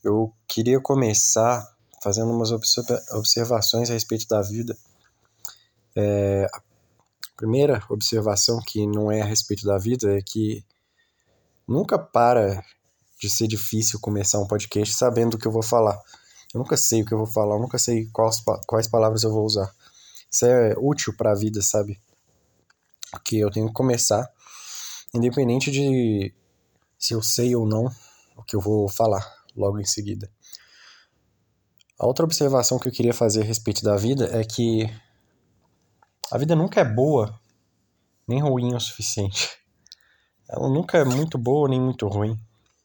Eu queria começar fazendo umas observações a respeito da vida. A primeira observação, que não é a respeito da vida, é que nunca para de ser difícil começar um podcast sabendo o que eu vou falar. Eu nunca sei o que eu vou falar, eu nunca sei quais palavras eu vou usar. Isso é útil para a vida, sabe? Porque eu tenho que começar, independente de se eu sei ou não o que eu vou falar logo em seguida. A outra observação que eu queria fazer a respeito da vida é que a vida nunca é boa nem ruim o suficiente. Ela nunca é muito boa nem muito ruim.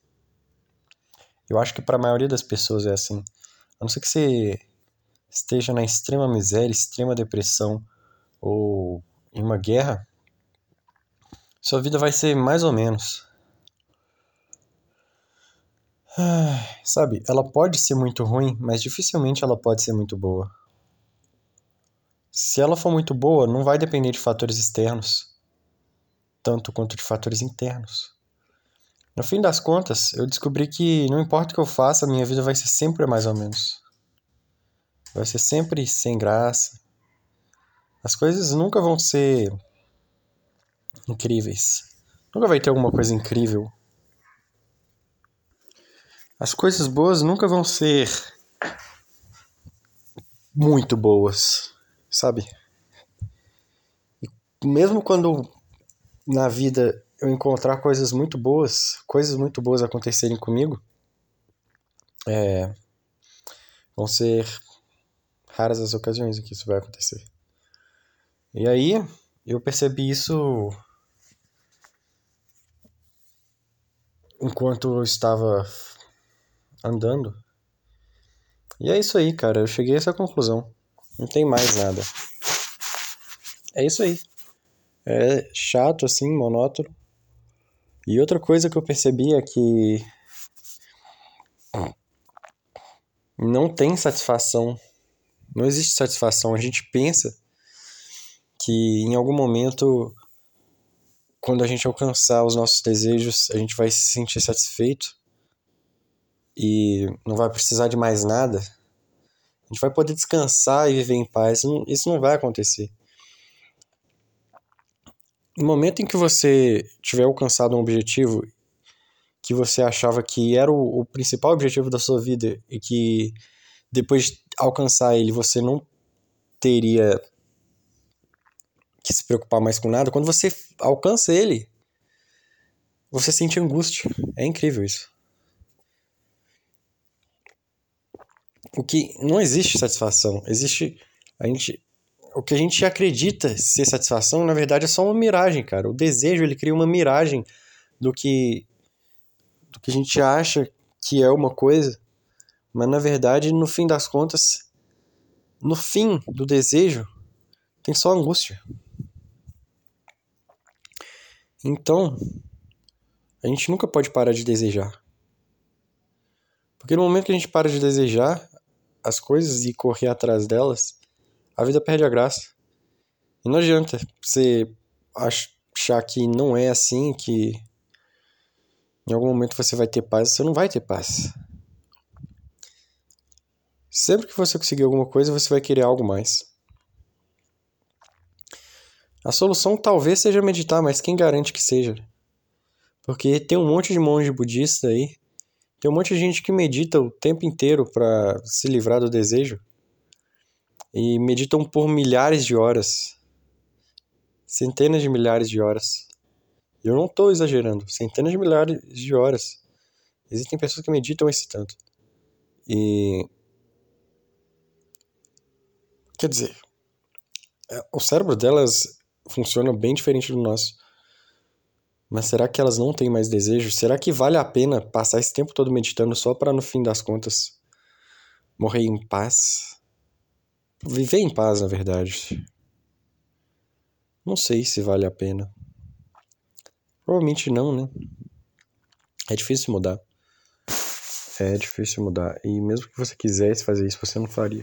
Eu acho que para a maioria das pessoas é assim. A não ser que você esteja na extrema miséria, extrema depressão ou em uma guerra, sua vida vai ser mais ou menos. Sabe, ela pode ser muito ruim, mas dificilmente ela pode ser muito boa. Se ela for muito boa, não vai depender de fatores externos, tanto quanto de fatores internos. No fim das contas, eu descobri que não importa o que eu faça, a minha vida vai ser sempre mais ou menos. Vai ser sempre sem graça. As coisas nunca vão ser incríveis. Nunca vai ter alguma coisa incrível. As coisas boas nunca vão ser muito boas, sabe? E mesmo quando na vida eu encontrar coisas muito boas acontecerem comigo, vão ser raras as ocasiões em que isso vai acontecer. E aí, eu percebi isso enquanto eu estava andando. E é isso aí, cara. Eu cheguei a essa conclusão. Não tem mais nada. É isso aí. É chato, assim, monótono. E outra coisa que eu percebi é que não tem satisfação. Não existe satisfação. A gente pensa que em algum momento, quando a gente alcançar os nossos desejos, a gente vai se sentir satisfeito e não vai precisar de mais nada. A gente vai poder descansar e viver em paz. Isso não vai acontecer. No momento em que você tiver alcançado um objetivo que você achava que era o principal objetivo da sua vida e que depois de alcançar ele você não teria que se preocupar mais com nada, quando você alcança ele, você sente angústia. É incrível isso. O que não existe satisfação, o que a gente acredita ser satisfação, na verdade é só uma miragem, cara. O desejo, ele cria uma miragem do que a gente acha que é uma coisa, mas na verdade, no fim das contas, no fim do desejo, tem só angústia. Então, a gente nunca pode parar de desejar. Porque no momento que a gente para de desejar as coisas e correr atrás delas, a vida perde a graça. E não adianta você achar que não é assim, que em algum momento você vai ter paz. Você não vai ter paz. Sempre que você conseguir alguma coisa, você vai querer algo mais. A solução talvez seja meditar, mas quem garante que seja? Porque tem um monte de monge budista aí, tem um monte de gente que medita o tempo inteiro para se livrar do desejo. E meditam por milhares de horas. Centenas de milhares de horas. E eu não estou exagerando. Centenas de milhares de horas. Existem pessoas que meditam esse tanto. E... quer dizer, o cérebro delas funciona bem diferente do nosso. Mas será que elas não têm mais desejo? Será que vale a pena passar esse tempo todo meditando só para, no fim das contas, morrer em paz? Viver em paz, na verdade. Não sei se vale a pena. Provavelmente não, né? É difícil mudar. É difícil mudar. E mesmo que você quisesse fazer isso, você não faria.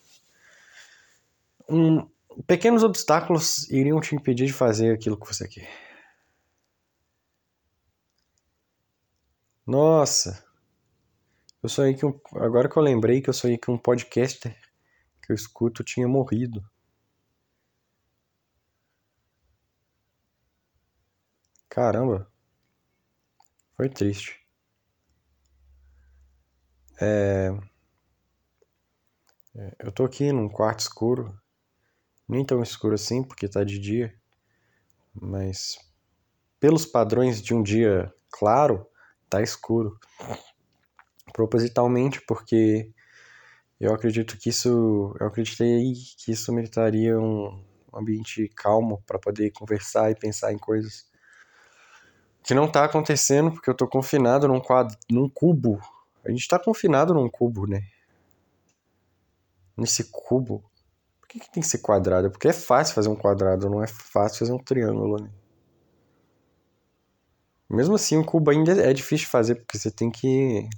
Pequenos obstáculos iriam te impedir de fazer aquilo que você quer. Nossa! Eu sonhei que agora que eu lembrei que eu sonhei que um podcaster que eu escuto tinha morrido. Caramba, foi triste. Eu tô aqui num quarto escuro, nem tão escuro assim porque tá de dia, mas pelos padrões de um dia claro, tá escuro. Propositalmente, porque eu acreditei que isso meritaria um ambiente calmo para poder conversar e pensar em coisas que não tá acontecendo, porque eu tô confinado num cubo. A gente tá confinado num cubo, né? Nesse cubo. Por que tem que ser quadrado? Porque é fácil fazer um quadrado, não é fácil fazer um triângulo, né? Mesmo assim, um cubo ainda é difícil de fazer, porque você tem que...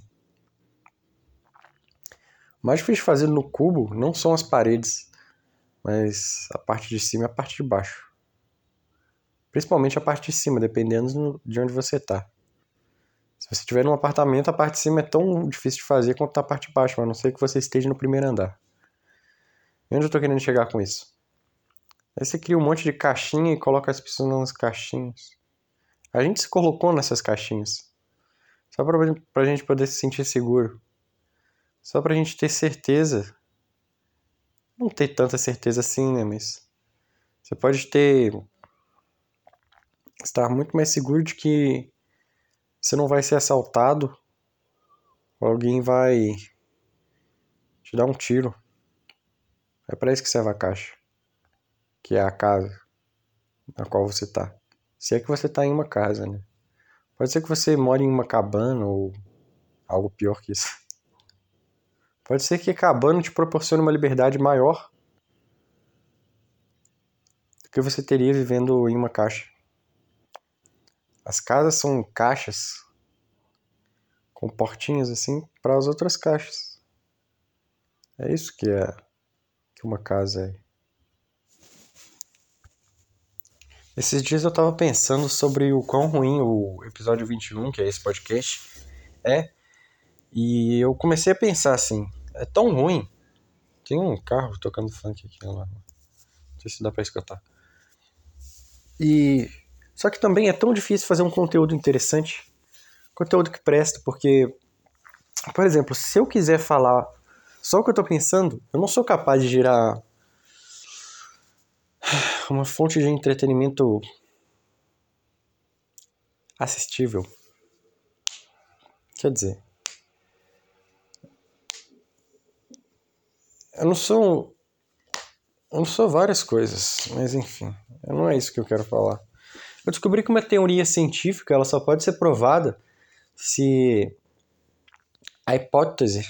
O mais difícil de fazer no cubo não são as paredes, mas a parte de cima e a parte de baixo. Principalmente a parte de cima, dependendo de onde você tá. Se você estiver num apartamento, a parte de cima é tão difícil de fazer quanto a parte de baixo, a não ser que você esteja no primeiro andar. E onde eu tô querendo chegar com isso? Aí você cria um monte de caixinha e coloca as pessoas nas caixinhas. A gente se colocou nessas caixinhas. Só pra gente poder se sentir seguro. Só pra gente ter certeza. Não ter tanta certeza assim, né? Mas você pode estar muito mais seguro de que você não vai ser assaltado. Ou alguém vai te dar um tiro. É pra isso que serve a caixa. Que é a casa na qual você tá. Se é que você tá em uma casa, né? Pode ser que você more em uma cabana ou algo pior que isso. Pode ser que a cabana te proporcione uma liberdade maior do que você teria vivendo em uma caixa. As casas são caixas com portinhas assim para as outras caixas. É isso que uma casa é. Esses dias eu tava pensando sobre o quão ruim o episódio 21, que é esse podcast, é. E eu comecei a pensar assim, é tão ruim. Tem um carro tocando funk aqui lá. Não sei se dá pra escutar. E só que também é tão difícil fazer um conteúdo interessante, conteúdo que presta, porque, por exemplo, se eu quiser falar só o que eu tô pensando, eu não sou capaz de gerar uma fonte de entretenimento assistível. Quer dizer, eu não sou várias coisas, mas enfim, não é isso que eu quero falar. Eu descobri que uma teoria científica ela só pode ser provada se a hipótese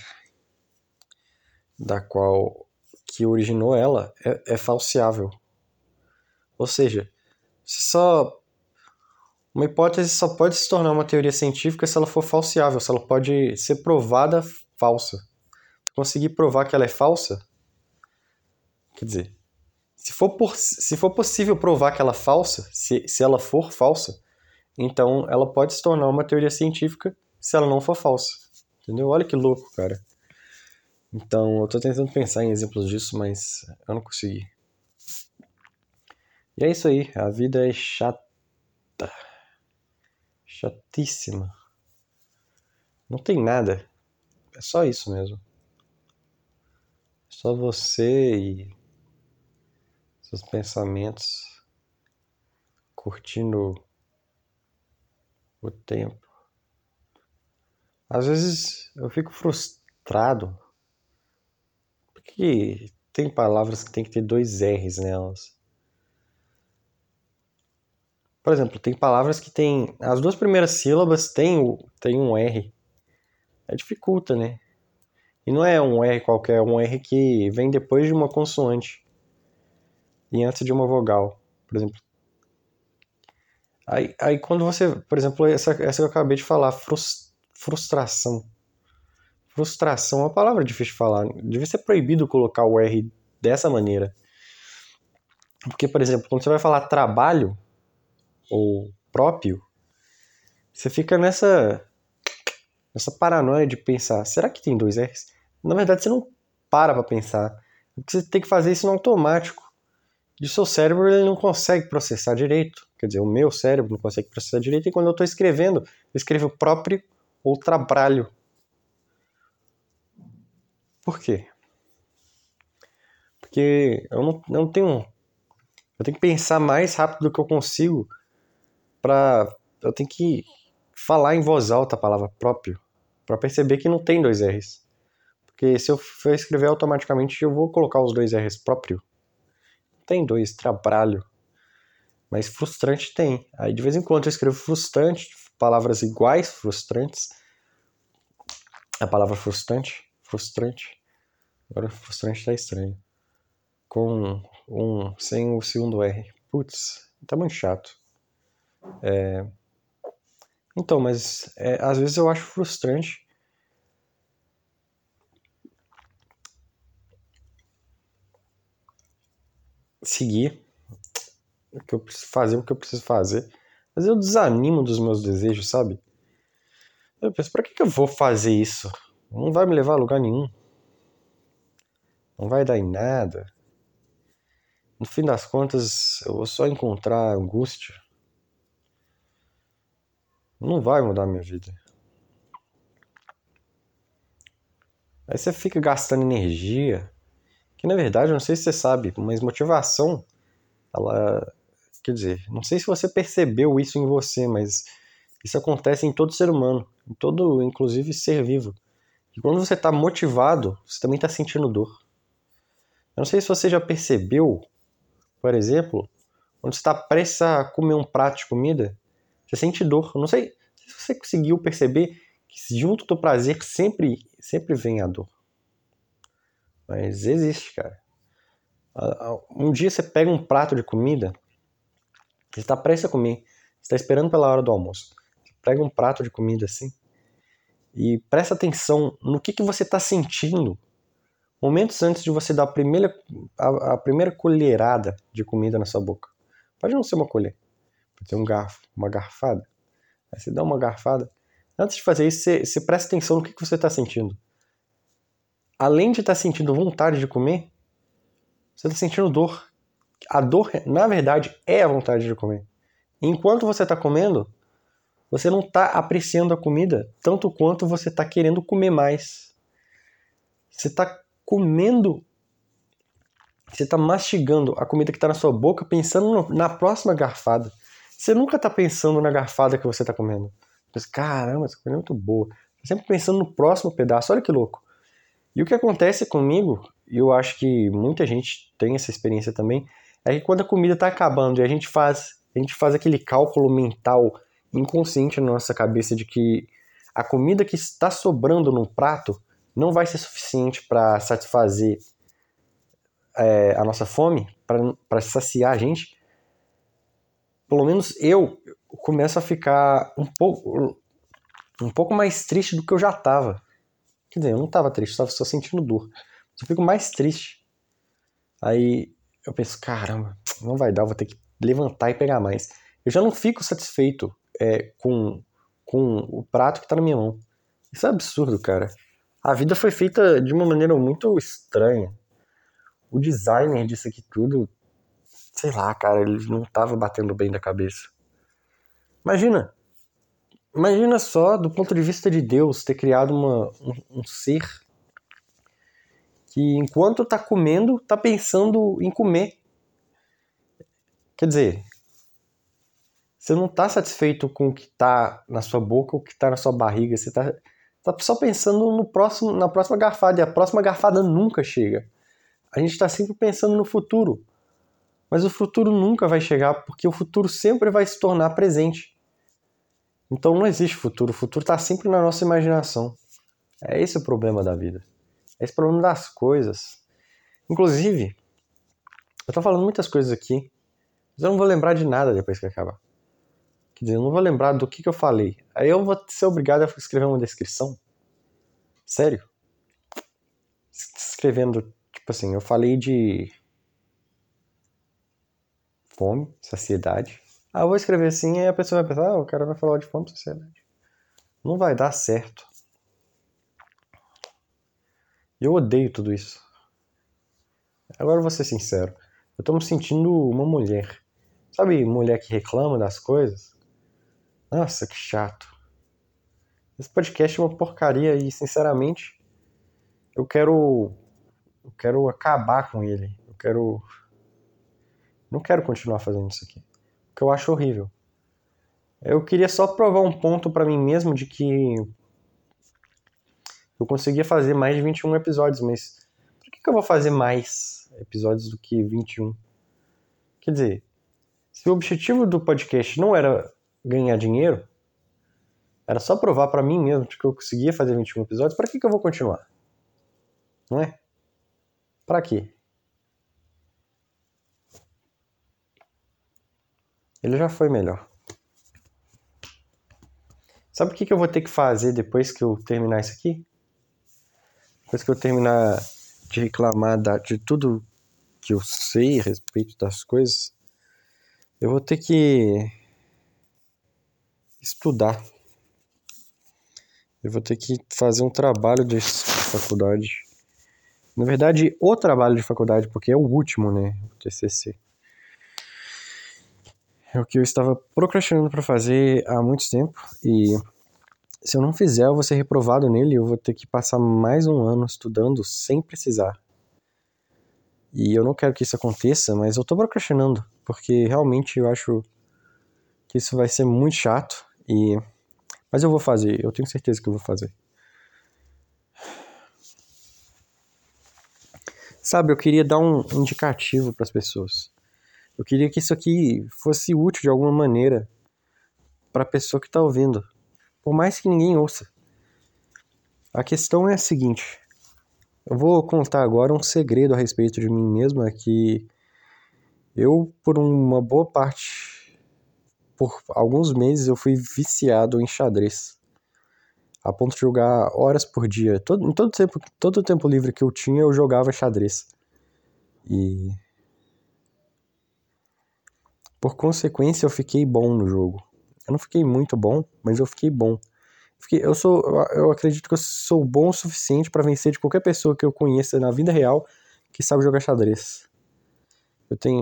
da qual que originou ela é falseável. Ou seja, se só uma hipótese só pode se tornar uma teoria científica se ela for falseável, se ela pode ser provada falsa. Conseguir provar que ela é falsa, quer dizer, se for possível provar que ela é falsa, se ela for falsa, então ela pode se tornar uma teoria científica se ela não for falsa. Entendeu? Olha que louco, cara. Então, eu tô tentando pensar em exemplos disso, mas eu não consegui. E é isso aí, a vida é chata. Chatíssima. Não tem nada. É só isso mesmo. É só você e seus pensamentos curtindo o tempo. Às vezes eu fico frustrado porque tem palavras que tem que ter dois R's nelas. Por exemplo, tem palavras que tem as duas primeiras sílabas tem um R. Aí dificulta, né? E não é um R qualquer, é um R que vem depois de uma consoante e antes de uma vogal, por exemplo. Aí quando você, por exemplo, essa que eu acabei de falar, frustração. Frustração é uma palavra difícil de falar. Devia ser proibido colocar o R dessa maneira. Porque, por exemplo, quando você vai falar trabalho ou próprio, você fica nessa. Essa paranoia de pensar, será que tem dois R's? Na verdade, você não para pra pensar. Você tem que fazer isso no automático. E o seu cérebro ele não consegue processar direito. Quer dizer, o meu cérebro não consegue processar direito. E quando eu estou escrevendo, eu escrevo próprio ou trabalho. Por quê? Porque eu não tenho... Eu tenho que pensar mais rápido do que eu consigo eu tenho que falar em voz alta a palavra próprio para perceber que não tem dois R's. Porque se eu for escrever automaticamente, eu vou colocar os dois R's próprio. Não tem dois, trabalho. Mas frustrante tem. Aí de vez em quando eu escrevo frustrante, palavras iguais, frustrantes. A palavra frustrante. Agora frustrante tá estranho. Sem o segundo R. Putz, tá muito chato. Então, mas às vezes eu acho frustrante seguir o que eu preciso fazer, o que eu preciso fazer. Mas eu desanimo dos meus desejos, sabe? Eu penso, pra que eu vou fazer isso? Não vai me levar a lugar nenhum. Não vai dar em nada. No fim das contas, eu vou só encontrar angústia. Não vai mudar a minha vida. Aí você fica gastando energia, que na verdade, eu não sei se você sabe, mas motivação, ela... Quer dizer, não sei se você percebeu isso em você, mas isso acontece em todo ser humano, em todo, inclusive, ser vivo. E quando você está motivado, você também está sentindo dor. Eu não sei se você já percebeu, por exemplo, quando você está prestes a comer um prato de comida, você sente dor. Eu não sei se você conseguiu perceber que junto do prazer sempre vem a dor. Mas existe, cara. Um dia você pega um prato de comida, você está prestes a comer, você está esperando pela hora do almoço. Você pega um prato de comida assim e presta atenção no que você está sentindo momentos antes de você dar a primeira colherada de comida na sua boca. Pode não ser uma colher, pode ser um garfo, uma garfada. Aí você dá uma garfada. Antes de fazer isso, você presta atenção no que você está sentindo. Além de estar sentindo vontade de comer, você está sentindo dor. A dor, na verdade, é a vontade de comer. Enquanto você está comendo, você não está apreciando a comida tanto quanto você está querendo comer mais. Você está comendo, você está mastigando a comida que está na sua boca pensando na próxima garfada. Você nunca está pensando na garfada que você está comendo. Você pensa, caramba, essa comida é muito boa. Você sempre pensando no próximo pedaço, olha que louco. E o que acontece comigo, e eu acho que muita gente tem essa experiência também, é que quando a comida está acabando e a gente faz aquele cálculo mental inconsciente na nossa cabeça de que a comida que está sobrando no prato não vai ser suficiente para satisfazer a nossa fome, para saciar a gente, pelo menos eu começo a ficar um pouco mais triste do que eu já estava. Quer dizer, eu não estava triste, estava só sentindo dor. Eu fico mais triste. Aí eu penso, caramba, não vai dar, eu vou ter que levantar e pegar mais. Eu já não fico satisfeito com o prato que tá na minha mão. Isso é absurdo, cara. A vida foi feita de uma maneira muito estranha. O designer disso aqui tudo, sei lá, cara, ele não tava batendo bem da cabeça. Imagina, imagina só, do ponto de vista de Deus, ter criado um ser que enquanto tá comendo, tá pensando em comer. Quer dizer, você não tá satisfeito com o que tá na sua boca ou o que tá na sua barriga. Você tá só pensando na próxima garfada. E a próxima garfada nunca chega. A gente tá sempre pensando no futuro. Mas o futuro nunca vai chegar, porque o futuro sempre vai se tornar presente. Então não existe futuro. O futuro tá sempre na nossa imaginação. É esse o problema da vida. É esse o problema das coisas. Inclusive, eu tô falando muitas coisas aqui, mas eu não vou lembrar de nada depois que acabar. Quer dizer, eu não vou lembrar do que eu falei. Aí eu vou ser obrigado a escrever uma descrição. Sério? Escrevendo, tipo assim, eu falei de fome, saciedade. Aí eu vou escrever assim e a pessoa vai pensar, o cara vai falar de fome e saciedade. Não vai dar certo. E eu odeio tudo isso. Agora eu vou ser sincero. Eu tô me sentindo uma mulher. Sabe, mulher que reclama das coisas? Nossa, que chato. Esse podcast é uma porcaria e, sinceramente, eu quero. Eu quero acabar com ele. Não quero continuar fazendo isso aqui. Porque eu acho horrível. Eu queria só provar um ponto pra mim mesmo de que eu conseguia fazer mais de 21 episódios, mas por que eu vou fazer mais episódios do que 21? Quer dizer, se o objetivo do podcast não era ganhar dinheiro, era só provar pra mim mesmo de que eu conseguia fazer 21 episódios, pra que eu vou continuar? Não é? Pra quê? Ele já foi melhor. Sabe o que eu vou ter que fazer depois que eu terminar isso aqui? Depois que eu terminar de reclamar de tudo que eu sei a respeito das coisas, eu vou ter que estudar. Eu vou ter que fazer um trabalho de faculdade. Na verdade, o trabalho de faculdade, porque é o último, né? O TCC. É o que eu estava procrastinando para fazer há muito tempo. E se eu não fizer, eu vou ser reprovado nele. Eu vou ter que passar mais um ano estudando sem precisar. E eu não quero que isso aconteça, mas eu tô procrastinando. Porque realmente eu acho que isso vai ser muito chato. Mas eu vou fazer, eu tenho certeza que eu vou fazer. Sabe, eu queria dar um indicativo para as pessoas. Eu queria que isso aqui fosse útil de alguma maneira para a pessoa que está ouvindo. Por mais que ninguém ouça. A questão é a seguinte. Eu vou contar agora um segredo a respeito de mim mesmo. É que eu, por uma boa parte, por alguns meses, eu fui viciado em xadrez. A ponto de jogar horas por dia. Em todo o tempo livre que eu tinha, eu jogava xadrez. E por consequência, eu fiquei bom no jogo. Eu não fiquei muito bom, mas eu fiquei bom. Eu acredito que eu sou bom o suficiente para vencer de qualquer pessoa que eu conheça na vida real que sabe jogar xadrez. Eu tenho.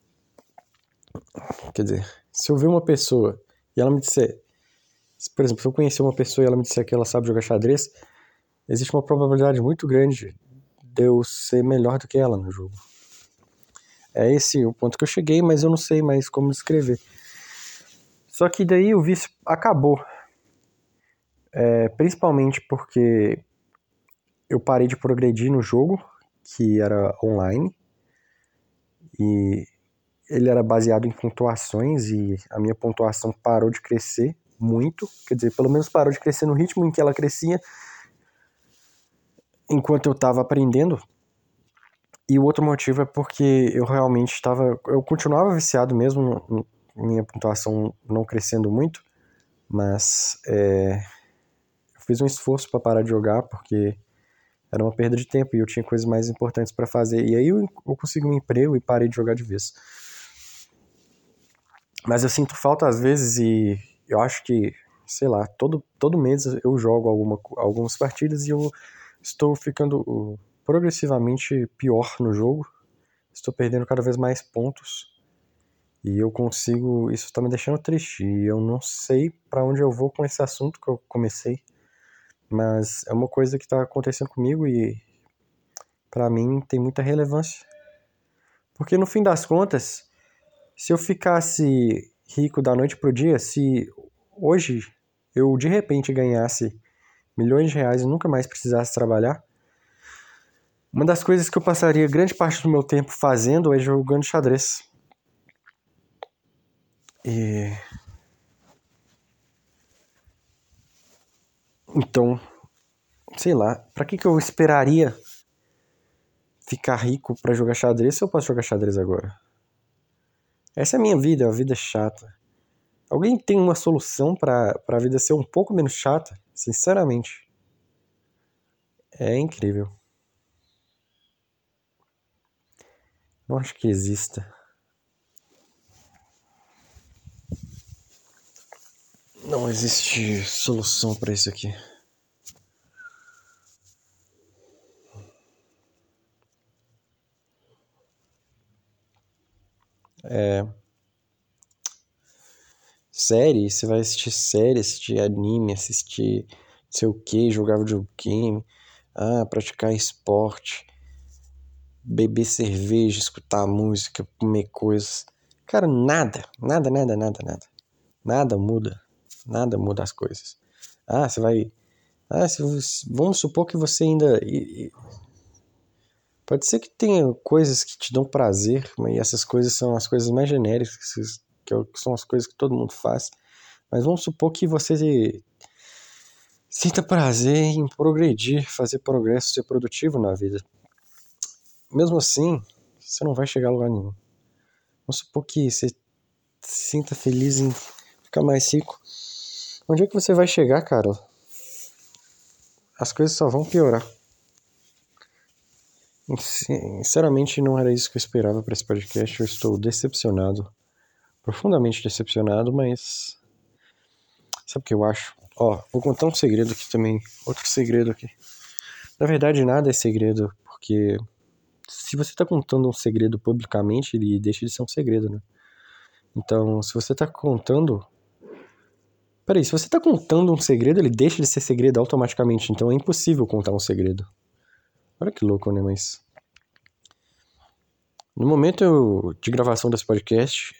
Quer dizer, se eu ver uma pessoa e ela me disser. Por exemplo, se eu conhecer uma pessoa e ela me disser que ela sabe jogar xadrez, existe uma probabilidade muito grande de eu ser melhor do que ela no jogo. É esse o ponto que eu cheguei, mas eu não sei mais como descrever. Só que daí o vício acabou. Principalmente porque eu parei de progredir no jogo, que era online, e ele era baseado em pontuações e a minha pontuação parou de crescer muito, quer dizer, pelo menos parou de crescer no ritmo em que ela crescia enquanto eu estava aprendendo. E o outro motivo é porque eu continuava viciado mesmo, minha pontuação não crescendo muito, mas eu fiz um esforço para parar de jogar porque era uma perda de tempo e eu tinha coisas mais importantes para fazer. E aí eu consegui um emprego e parei de jogar de vez. Mas eu sinto falta às vezes e eu acho que, sei lá, todo mês eu jogo algumas partidas e eu estou ficando progressivamente pior no jogo. Estou perdendo cada vez mais pontos. E eu consigo. Isso está me deixando triste. E eu não sei para onde eu vou com esse assunto que eu comecei. Mas é uma coisa que está acontecendo comigo e para mim tem muita relevância. Porque no fim das contas, se eu ficasse rico da noite pro dia, se hoje eu de repente ganhasse milhões de reais e nunca mais precisasse trabalhar, uma das coisas que eu passaria grande parte do meu tempo fazendo é jogando xadrez. E então, sei lá, pra que eu esperaria ficar rico pra jogar xadrez se eu posso jogar xadrez agora? Essa é a minha vida, é uma vida chata. Alguém tem uma solução pra a vida ser um pouco menos chata? Sinceramente, é incrível. Não acho que exista. Não existe solução pra isso aqui. série, você vai assistir série, assistir anime, assistir não sei o que, jogar videogame, praticar esporte, beber cerveja, escutar música, comer coisas. Cara, nada, nada, nada, nada, nada. Nada muda. Nada muda as coisas. Você vai. Vamos supor que você ainda. Pode ser que tenha coisas que te dão prazer, mas essas coisas são as coisas mais genéricas, que são as coisas que todo mundo faz. Mas vamos supor que você sinta prazer em progredir, fazer progresso, ser produtivo na vida. Mesmo assim, você não vai chegar a lugar nenhum. Vamos supor que você se sinta feliz em ficar mais rico. Onde é que você vai chegar, cara? As coisas só vão piorar. Sinceramente, não era isso que eu esperava para esse podcast. Eu estou decepcionado. Profundamente decepcionado, mas... Sabe o que eu acho? Vou contar um segredo aqui também. Outro segredo aqui. Na verdade, nada é segredo, porque... Se você tá contando um segredo publicamente, ele deixa de ser um segredo, né? Então, se você tá contando... Peraí, se você tá contando um segredo, ele deixa de ser segredo automaticamente. Então é impossível contar um segredo. Olha que louco, né? Mas... No momento de gravação desse podcast,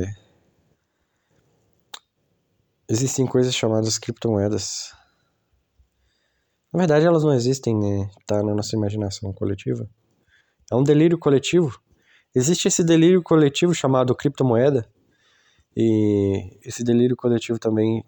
existem coisas chamadas criptomoedas. Na verdade, elas não existem, né? Tá na nossa imaginação coletiva. É um delírio coletivo. Existe esse delírio coletivo chamado criptomoeda. E esse delírio coletivo também...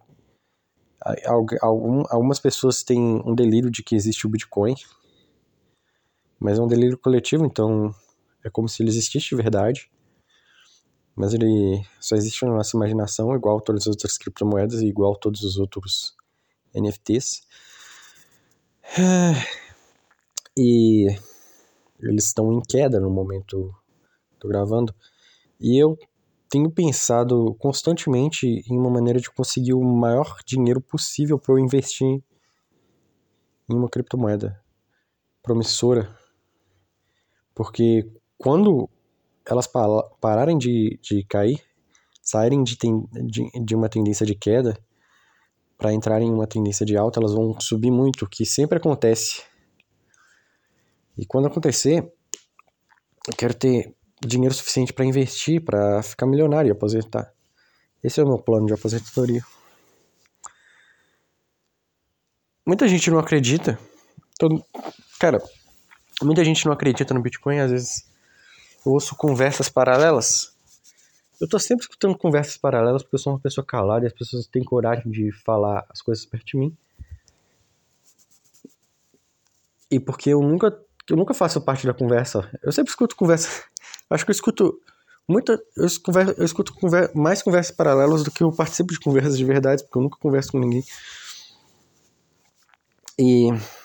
Algumas pessoas têm um delírio de que existe o Bitcoin. Mas é um delírio coletivo, então... É como se ele existisse de verdade. Mas ele só existe na nossa imaginação, igual todas as outras criptomoedas e igual todos os outros NFTs. E eles estão em queda no momento que estou gravando. E eu tenho pensado constantemente em uma maneira de conseguir o maior dinheiro possível para eu investir em uma criptomoeda promissora. Porque quando elas pararem de cair, saírem de uma tendência de queda para entrarem em uma tendência de alta, elas vão subir muito, que sempre acontece. E quando acontecer, eu quero ter dinheiro suficiente para investir, para ficar milionário e aposentar. Esse é o meu plano de aposentadoria. Muita gente não acredita. Cara, muita gente não acredita no Bitcoin. Às vezes eu ouço conversas paralelas. Eu tô sempre escutando conversas paralelas porque eu sou uma pessoa calada e as pessoas têm coragem de falar as coisas perto de mim. E porque eu nunca faço parte da conversa. Eu sempre escuto conversa. Acho que eu escuto mais conversas paralelas do que eu participo de conversas de verdade, porque eu nunca converso com ninguém. E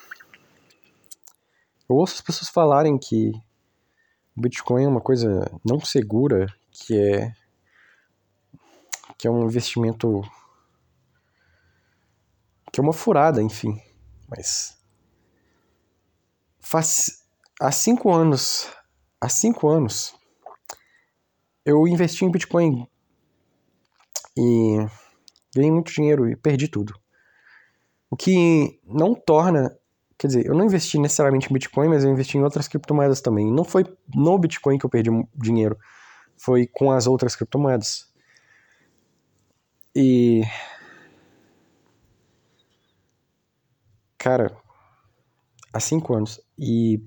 eu ouço as pessoas falarem que o Bitcoin é uma coisa não segura, que é um investimento, que é uma furada, enfim. Mas há 5 anos, eu investi em Bitcoin e ganhei muito dinheiro e perdi tudo. O que não torna... Quer dizer, eu não investi necessariamente em Bitcoin, mas eu investi em outras criptomoedas também. Não foi no Bitcoin que eu perdi dinheiro, foi com as outras criptomoedas. E... Cara, há 5 anos. E...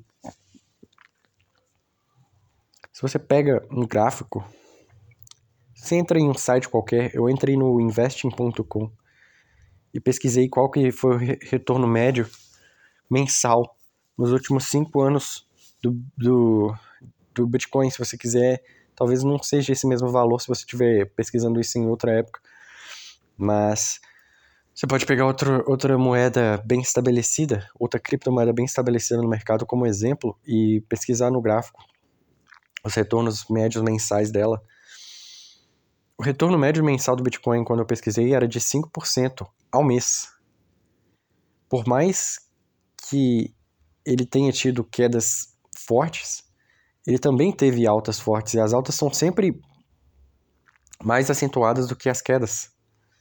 Se você pega um gráfico, você entra em um site qualquer, eu entrei no investing.com e pesquisei qual que foi o retorno médio mensal nos últimos 5 anos do Bitcoin. Se você quiser, talvez não seja esse mesmo valor se você estiver pesquisando isso em outra época, mas você pode pegar outra moeda bem estabelecida, outra criptomoeda bem estabelecida no mercado como exemplo e pesquisar no gráfico os retornos médios mensais dela. O retorno médio mensal do Bitcoin, quando eu pesquisei, era de 5% ao mês. Por mais que ele tenha tido quedas fortes, ele também teve altas fortes, e as altas são sempre mais acentuadas do que as quedas.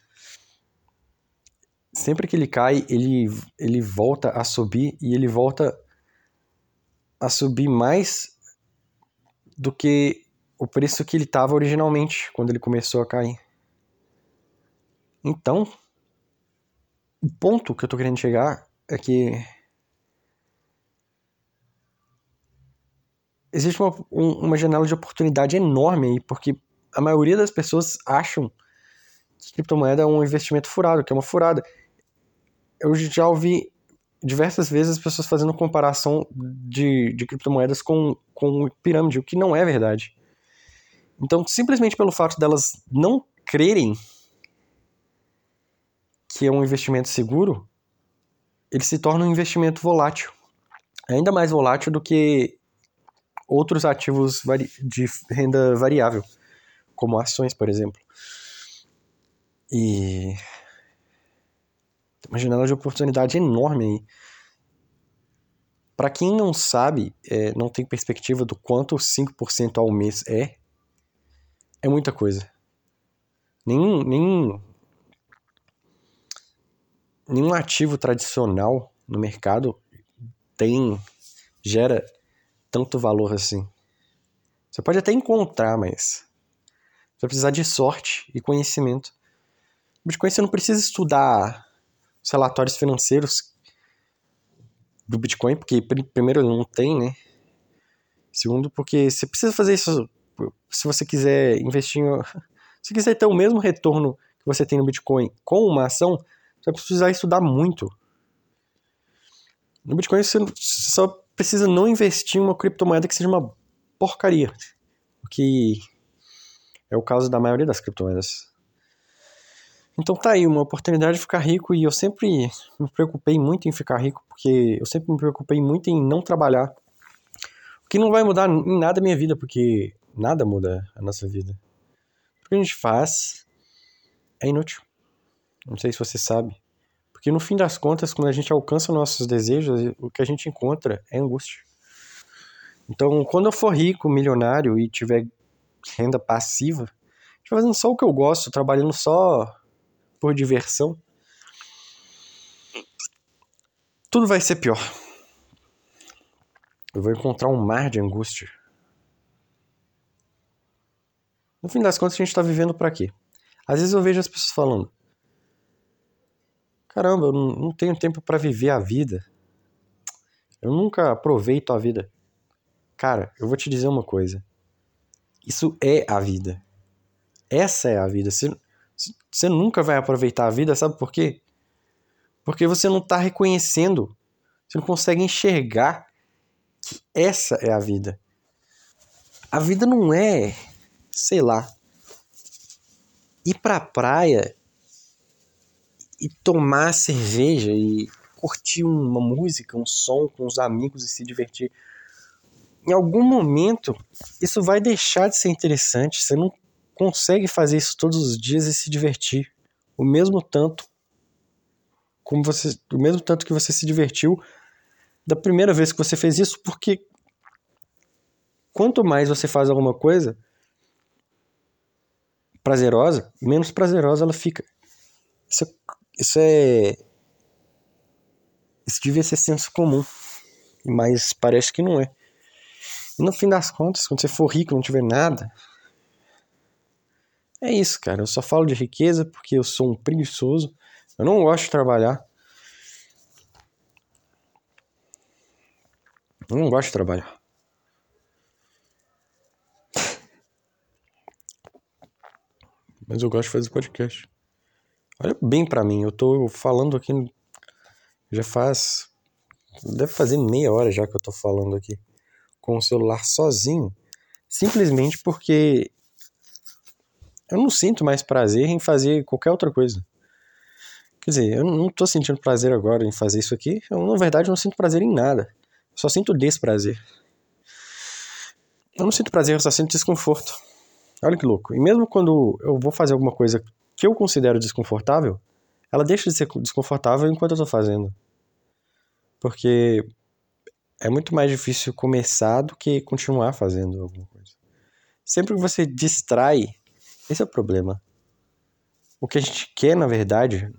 Sempre que ele cai, ele volta a subir e ele volta a subir mais do que o preço que ele estava originalmente quando ele começou a cair. Então, o ponto que eu tô querendo chegar é que existe uma janela de oportunidade enorme aí, porque a maioria das pessoas acham que criptomoeda é um investimento furado, que é uma furada. Eu já ouvi diversas vezes as pessoas fazendo comparação de criptomoedas com pirâmide, o que não é verdade. Então, simplesmente pelo fato delas não crerem que é um investimento seguro, ele se torna um investimento volátil. Ainda mais volátil do que outros ativos de renda variável, como ações, por exemplo. E tem uma janela de oportunidade enorme aí. Para quem não sabe, não tem perspectiva do quanto 5% ao mês é muita coisa. Nenhum ativo tradicional no mercado gera tanto valor assim. Você pode até encontrar, mas você vai precisar de sorte e conhecimento. No Bitcoin você não precisa estudar os relatórios financeiros do Bitcoin, porque primeiro ele não tem, né? Segundo, porque você precisa fazer isso se você quiser investir se quiser ter o mesmo retorno que você tem no Bitcoin com uma ação, você vai precisar estudar muito. No Bitcoin você só precisa não investir em uma criptomoeda que seja uma porcaria, o que é o caso da maioria das criptomoedas. Então tá aí, uma oportunidade de ficar rico, e eu sempre me preocupei muito em ficar rico, porque eu sempre me preocupei muito em não trabalhar. O que não vai mudar em nada a minha vida, porque nada muda a nossa vida. O que a gente faz é inútil. Não sei se você sabe. Porque no fim das contas, quando a gente alcança nossos desejos, o que a gente encontra é angústia. Então, quando eu for rico, milionário e tiver renda passiva, fazendo só o que eu gosto, trabalhando só por diversão, tudo vai ser pior. Eu vou encontrar um mar de angústia. No fim das contas, a gente tá vivendo pra quê? Às vezes eu vejo as pessoas falando: caramba, eu não tenho tempo pra viver a vida. Eu nunca aproveito a vida. Cara, eu vou te dizer uma coisa. Isso é a vida. Essa é a vida. Você nunca vai aproveitar a vida, sabe por quê? Porque você não tá reconhecendo, você não consegue enxergar que essa é a vida. A vida não é, sei lá, ir pra praia e tomar cerveja e curtir uma música, um som com os amigos e se divertir. Em algum momento, isso vai deixar de ser interessante. Você não consegue fazer isso todos os dias e se divertir o mesmo tanto que você se divertiu da primeira vez que você fez isso, porque quanto mais você faz alguma coisa prazerosa, menos prazerosa ela fica. Isso devia ser senso comum, mas parece que não é. E no fim das contas, quando você for rico e não tiver nada, é isso, cara. Eu só falo de riqueza porque eu sou um preguiçoso. Eu não gosto de trabalhar. Eu não gosto de trabalhar. Mas eu gosto de fazer podcast. Olha bem pra mim, eu tô falando aqui já faz... Deve fazer meia hora já que eu tô falando aqui com o celular sozinho. Simplesmente porque eu não sinto mais prazer em fazer qualquer outra coisa. Quer dizer, eu não tô sentindo prazer agora em fazer isso aqui. Eu, na verdade, não sinto prazer em nada. Eu só sinto desprazer. Eu não sinto prazer, eu só sinto desconforto. Olha que louco. E mesmo quando eu vou fazer alguma coisa que eu considero desconfortável, ela deixa de ser desconfortável enquanto eu tô fazendo. Porque é muito mais difícil começar do que continuar fazendo alguma coisa. Sempre que você distrai Esse é o problema. O que a gente quer, na verdade,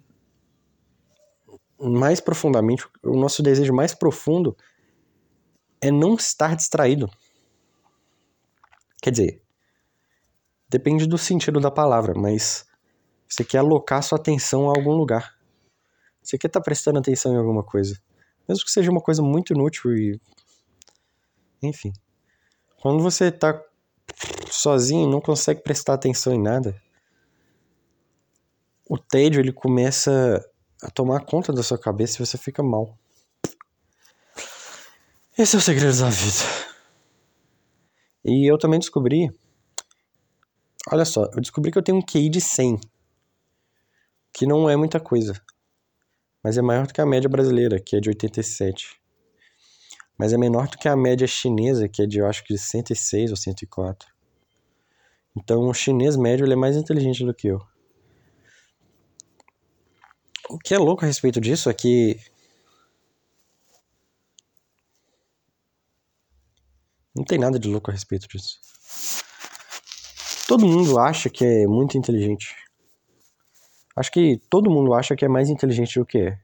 mais profundamente, o nosso desejo mais profundo é não estar distraído. Quer dizer, depende do sentido da palavra, mas você quer alocar sua atenção a algum lugar. Você quer estar prestando atenção em alguma coisa. Mesmo que seja uma coisa muito inútil e... Enfim. Quando você tá sozinho e não consegue prestar atenção em nada, o tédio ele começa a tomar conta da sua cabeça e você fica mal. Esse é o segredo da vida. E eu também descobri... Olha só, eu descobri que eu tenho um QI de 100. Que não é muita coisa. Mas é maior do que a média brasileira, que é de 87. Mas é menor do que a média chinesa, que é de, eu acho que de 106 ou 104. Então o chinês médio ele é mais inteligente do que eu. O que é louco a respeito disso é que não tem nada de louco a respeito disso. Todo mundo acha que é muito inteligente. Acho que todo mundo acha que é mais inteligente do que é.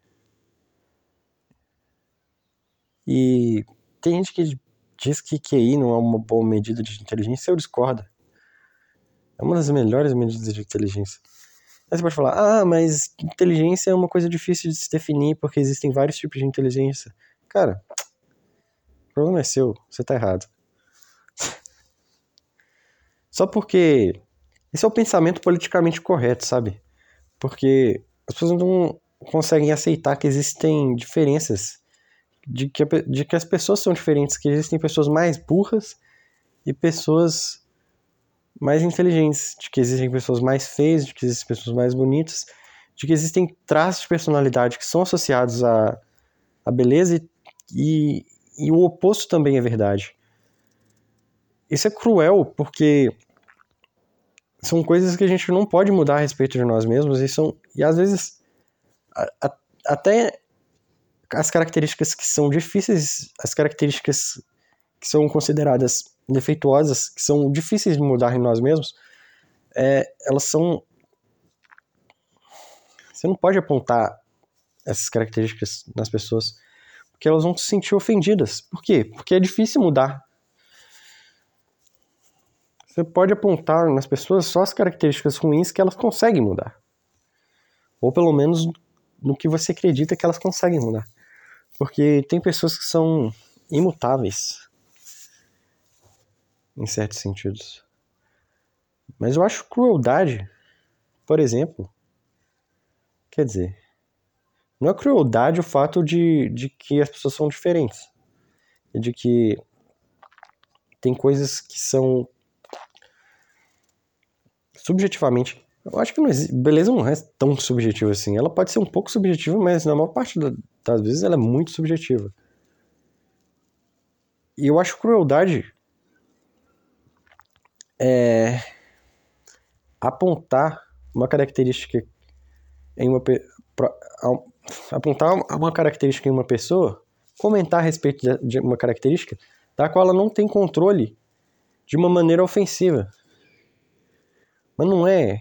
E tem gente que diz que QI não é uma boa medida de inteligência, eu discordo. É uma das melhores medidas de inteligência. Aí você pode falar, mas inteligência é uma coisa difícil de se definir porque existem vários tipos de inteligência. Cara, o problema é seu, você tá errado. Só porque esse é o pensamento politicamente correto, sabe? Porque as pessoas não conseguem aceitar que existem diferenças, de que as pessoas são diferentes, que existem pessoas mais burras e pessoas mais inteligentes, de que existem pessoas mais feias, de que existem pessoas mais bonitas, de que existem traços de personalidade que são associados à beleza e o oposto também é verdade. Isso é cruel porque são coisas que a gente não pode mudar a respeito de nós mesmos e às vezes até as características que são difíceis, as características que são consideradas defeituosas, que são difíceis de mudar em nós mesmos, elas são... Você não pode apontar essas características nas pessoas, porque elas vão se sentir ofendidas. Por quê? Porque é difícil mudar. Você pode apontar nas pessoas só as características ruins que elas conseguem mudar. Ou pelo menos no que você acredita que elas conseguem mudar. Porque tem pessoas que são imutáveis, em certos sentidos. Mas eu acho crueldade, por exemplo, quer dizer, não é crueldade o fato de que as pessoas são diferentes. E de que tem coisas que são subjetivamente... Eu acho que não existe, beleza não é tão subjetiva assim. Ela pode ser um pouco subjetiva, mas na maior parte das vezes ela é muito subjetiva. E eu acho crueldade apontar uma característica em uma apontar uma característica em uma pessoa, comentar a respeito de uma característica da qual ela não tem controle de uma maneira ofensiva. Mas não é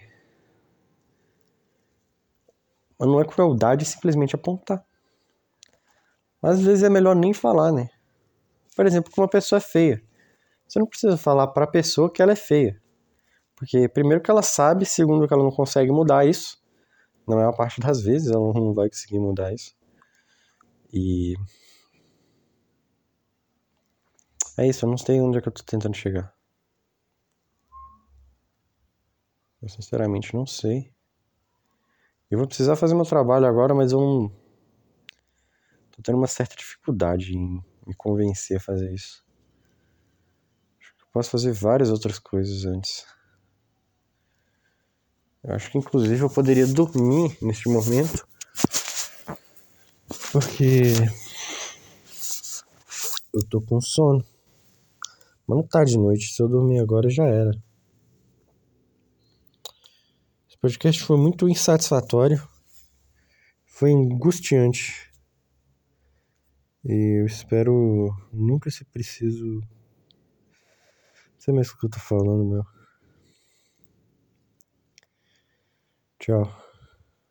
crueldade simplesmente apontar. Mas às vezes é melhor nem falar, né? Por exemplo, que uma pessoa é feia. Você não precisa falar pra pessoa que ela é feia. Porque primeiro que ela sabe, segundo que ela não consegue mudar isso. Na maior parte das vezes ela não vai conseguir mudar isso. E é isso, eu não sei onde é que eu tô tentando chegar. Eu sinceramente não sei. Eu vou precisar fazer meu trabalho agora, mas eu não... tô tendo uma certa dificuldade em me convencer a fazer isso. Acho que eu posso fazer várias outras coisas antes. Eu acho que inclusive eu poderia dormir neste momento. Porque eu tô com sono. Mas não tá de noite, se eu dormir agora já era. Esse podcast foi muito insatisfatório. Foi angustiante. E eu espero nunca ser preciso... Não sei mais o que eu tô falando, meu. Tchau.